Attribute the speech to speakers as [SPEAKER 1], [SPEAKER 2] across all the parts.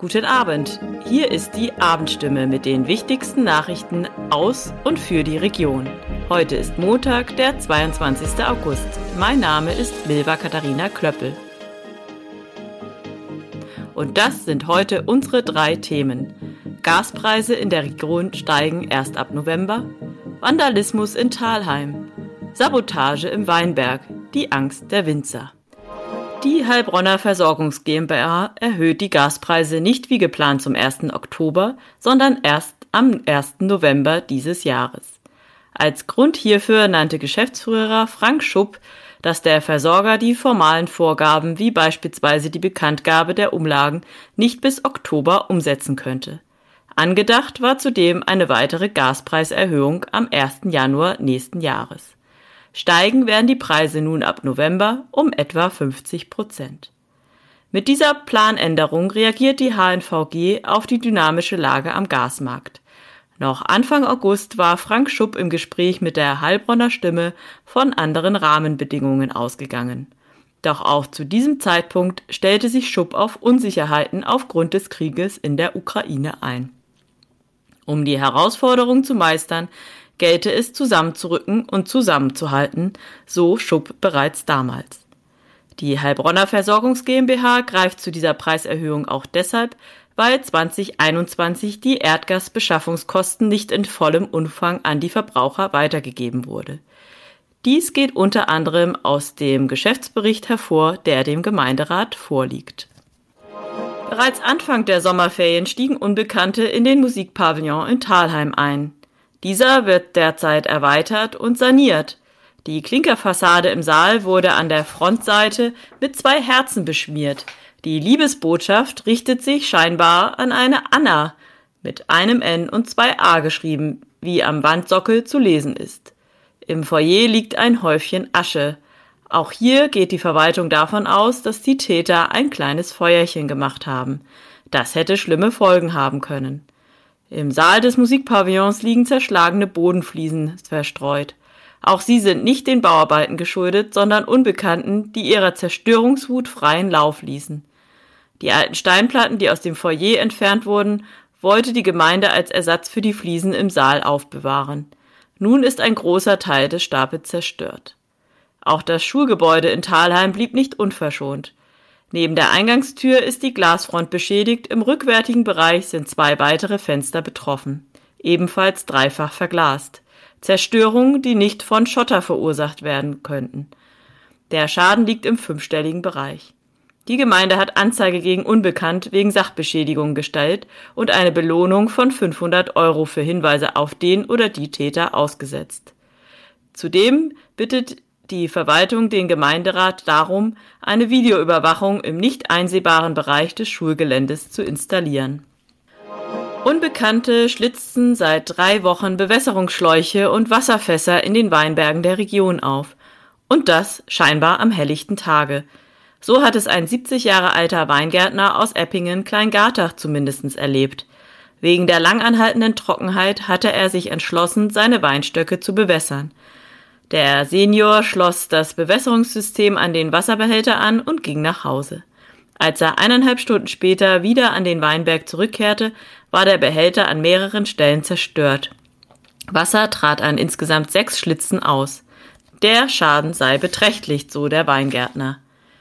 [SPEAKER 1] Guten Abend, hier ist die Abendstimme mit den wichtigsten Nachrichten aus und für die Region. Heute ist Montag, der 22. August. Mein Name ist Milva Katharina Klöppel. Und das sind heute unsere 3 Themen. Gaspreise in der Region steigen erst ab November, Vandalismus in Thalheim, Sabotage im Weinberg, die Angst der Winzer. Die Heilbronner Versorgungs GmbH erhöht die Gaspreise nicht wie geplant zum 1. Oktober, sondern erst am 1. November dieses Jahres. Als Grund hierfür nannte Geschäftsführer Frank Schupp, dass der Versorger die formalen Vorgaben wie beispielsweise die Bekanntgabe der Umlagen nicht bis Oktober umsetzen könnte. Angedacht war zudem eine weitere Gaspreiserhöhung am 1. Januar nächsten Jahres. Steigen werden die Preise nun ab November um etwa 50%. Mit dieser Planänderung reagiert die HNVG auf die dynamische Lage am Gasmarkt. Noch Anfang August war Frank Schupp im Gespräch mit der Heilbronner Stimme von anderen Rahmenbedingungen ausgegangen. Doch auch zu diesem Zeitpunkt stellte sich Schupp auf Unsicherheiten aufgrund des Krieges in der Ukraine ein. Um die Herausforderung zu meistern, gelte es zusammenzurücken und zusammenzuhalten, so Schupp bereits damals. Die Heilbronner Versorgungs GmbH greift zu dieser Preiserhöhung auch deshalb, weil 2021 die Erdgasbeschaffungskosten nicht in vollem Umfang an die Verbraucher weitergegeben wurde. Dies geht unter anderem aus dem Geschäftsbericht hervor, der dem Gemeinderat vorliegt. Bereits Anfang der Sommerferien stiegen Unbekannte in den Musikpavillon in Thalheim ein. Dieser wird derzeit erweitert und saniert. Die Klinkerfassade im Saal wurde an der Frontseite mit 2 Herzen beschmiert. Die Liebesbotschaft richtet sich scheinbar an eine Anna, mit einem N und 2 A geschrieben, wie am Wandsockel zu lesen ist. Im Foyer liegt ein Häufchen Asche. Auch hier geht die Verwaltung davon aus, dass die Täter ein kleines Feuerchen gemacht haben. Das hätte schlimme Folgen haben können. Im Saal des Musikpavillons liegen zerschlagene Bodenfliesen verstreut. Auch sie sind nicht den Bauarbeiten geschuldet, sondern Unbekannten, die ihrer Zerstörungswut freien Lauf ließen. Die alten Steinplatten, die aus dem Foyer entfernt wurden, wollte die Gemeinde als Ersatz für die Fliesen im Saal aufbewahren. Nun ist ein großer Teil des Stapels zerstört. Auch das Schulgebäude in Thalheim blieb nicht unverschont. Neben der Eingangstür ist die Glasfront beschädigt, im rückwärtigen Bereich sind 2 weitere Fenster betroffen, ebenfalls dreifach verglast. Zerstörungen, die nicht von Schotter verursacht werden könnten. Der Schaden liegt im 5-stelligen Bereich. Die Gemeinde hat Anzeige gegen Unbekannt wegen Sachbeschädigung gestellt und eine Belohnung von 500 € für Hinweise auf den oder die Täter ausgesetzt. Zudem bittet die Verwaltung den Gemeinderat darum, eine Videoüberwachung im nicht einsehbaren Bereich des Schulgeländes zu installieren. Unbekannte schlitzten seit 3 Wochen Bewässerungsschläuche und Wasserfässer in den Weinbergen der Region auf. Und das scheinbar am helllichten Tage. So hat es ein 70 Jahre alter Weingärtner aus Eppingen-Kleingartach zumindest erlebt. Wegen der langanhaltenden Trockenheit hatte er sich entschlossen, seine Weinstöcke zu bewässern. Der Senior schloss das Bewässerungssystem an den Wasserbehälter an und ging nach Hause. Als er 1,5 Stunden später wieder an den Weinberg zurückkehrte, war der Behälter an mehreren Stellen zerstört. Wasser trat an insgesamt 6 Schlitzen aus. Der Schaden sei beträchtlich, so der Weingärtner.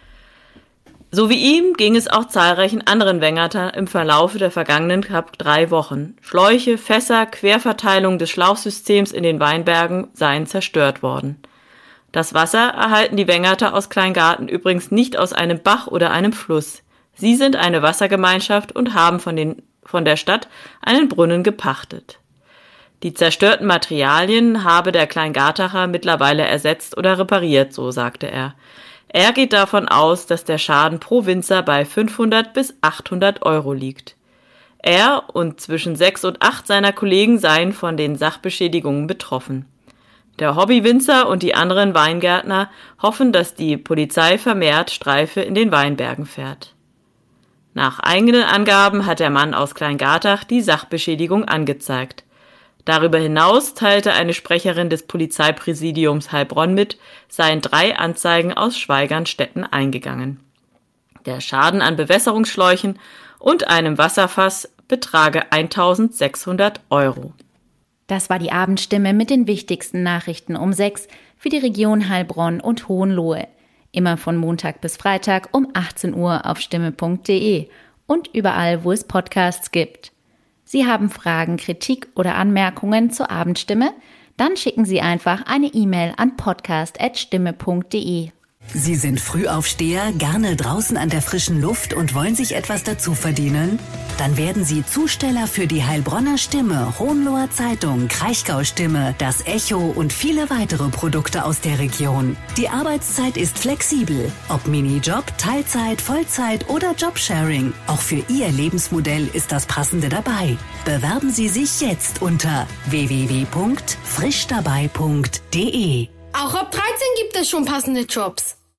[SPEAKER 1] So wie ihm ging es auch zahlreichen anderen Weingärtnern im Verlauf der vergangenen knapp 3 Wochen. Schläuche, Fässer, Querverteilung des Schlauchsystems in den Weinbergen seien zerstört worden. Das Wasser erhalten die Wengerte aus Kleingarten übrigens nicht aus einem Bach oder einem Fluss. Sie sind eine Wassergemeinschaft und haben von der Stadt einen Brunnen gepachtet. Die zerstörten Materialien habe der Kleingartacher mittlerweile ersetzt oder repariert, so sagte er. Er geht davon aus, dass der Schaden pro Winzer bei 500 bis 800 € liegt. Er und zwischen 6 und 8 seiner Kollegen seien von den Sachbeschädigungen betroffen. Der Hobbywinzer und die anderen Weingärtner hoffen, dass die Polizei vermehrt Streife in den Weinbergen fährt. Nach eigenen Angaben hat der Mann aus Kleingartach die Sachbeschädigung angezeigt. Darüber hinaus teilte eine Sprecherin des Polizeipräsidiums Heilbronn mit, seien 3 Anzeigen aus Schweigernstetten eingegangen. Der Schaden an Bewässerungsschläuchen und einem Wasserfass betrage 1.600 €.
[SPEAKER 2] Das war die Abendstimme mit den wichtigsten Nachrichten um 6 für die Region Heilbronn und Hohenlohe. Immer von Montag bis Freitag um 18 Uhr auf stimme.de und überall, wo es Podcasts gibt. Sie haben Fragen, Kritik oder Anmerkungen zur Abendstimme? Dann schicken Sie einfach eine E-Mail an podcast@stimme.de.
[SPEAKER 3] Sie sind Frühaufsteher, gerne draußen an der frischen Luft und wollen sich etwas dazu verdienen? Dann werden Sie Zusteller für die Heilbronner Stimme, Hohenloher Zeitung, Kraichgau Stimme, das Echo und viele weitere Produkte aus der Region. Die Arbeitszeit ist flexibel, ob Minijob, Teilzeit, Vollzeit oder Jobsharing. Auch für Ihr Lebensmodell ist das Passende dabei. Bewerben Sie sich jetzt unter www.frischdabei.de.
[SPEAKER 4] Auch ab 13 gibt es schon passende Jobs.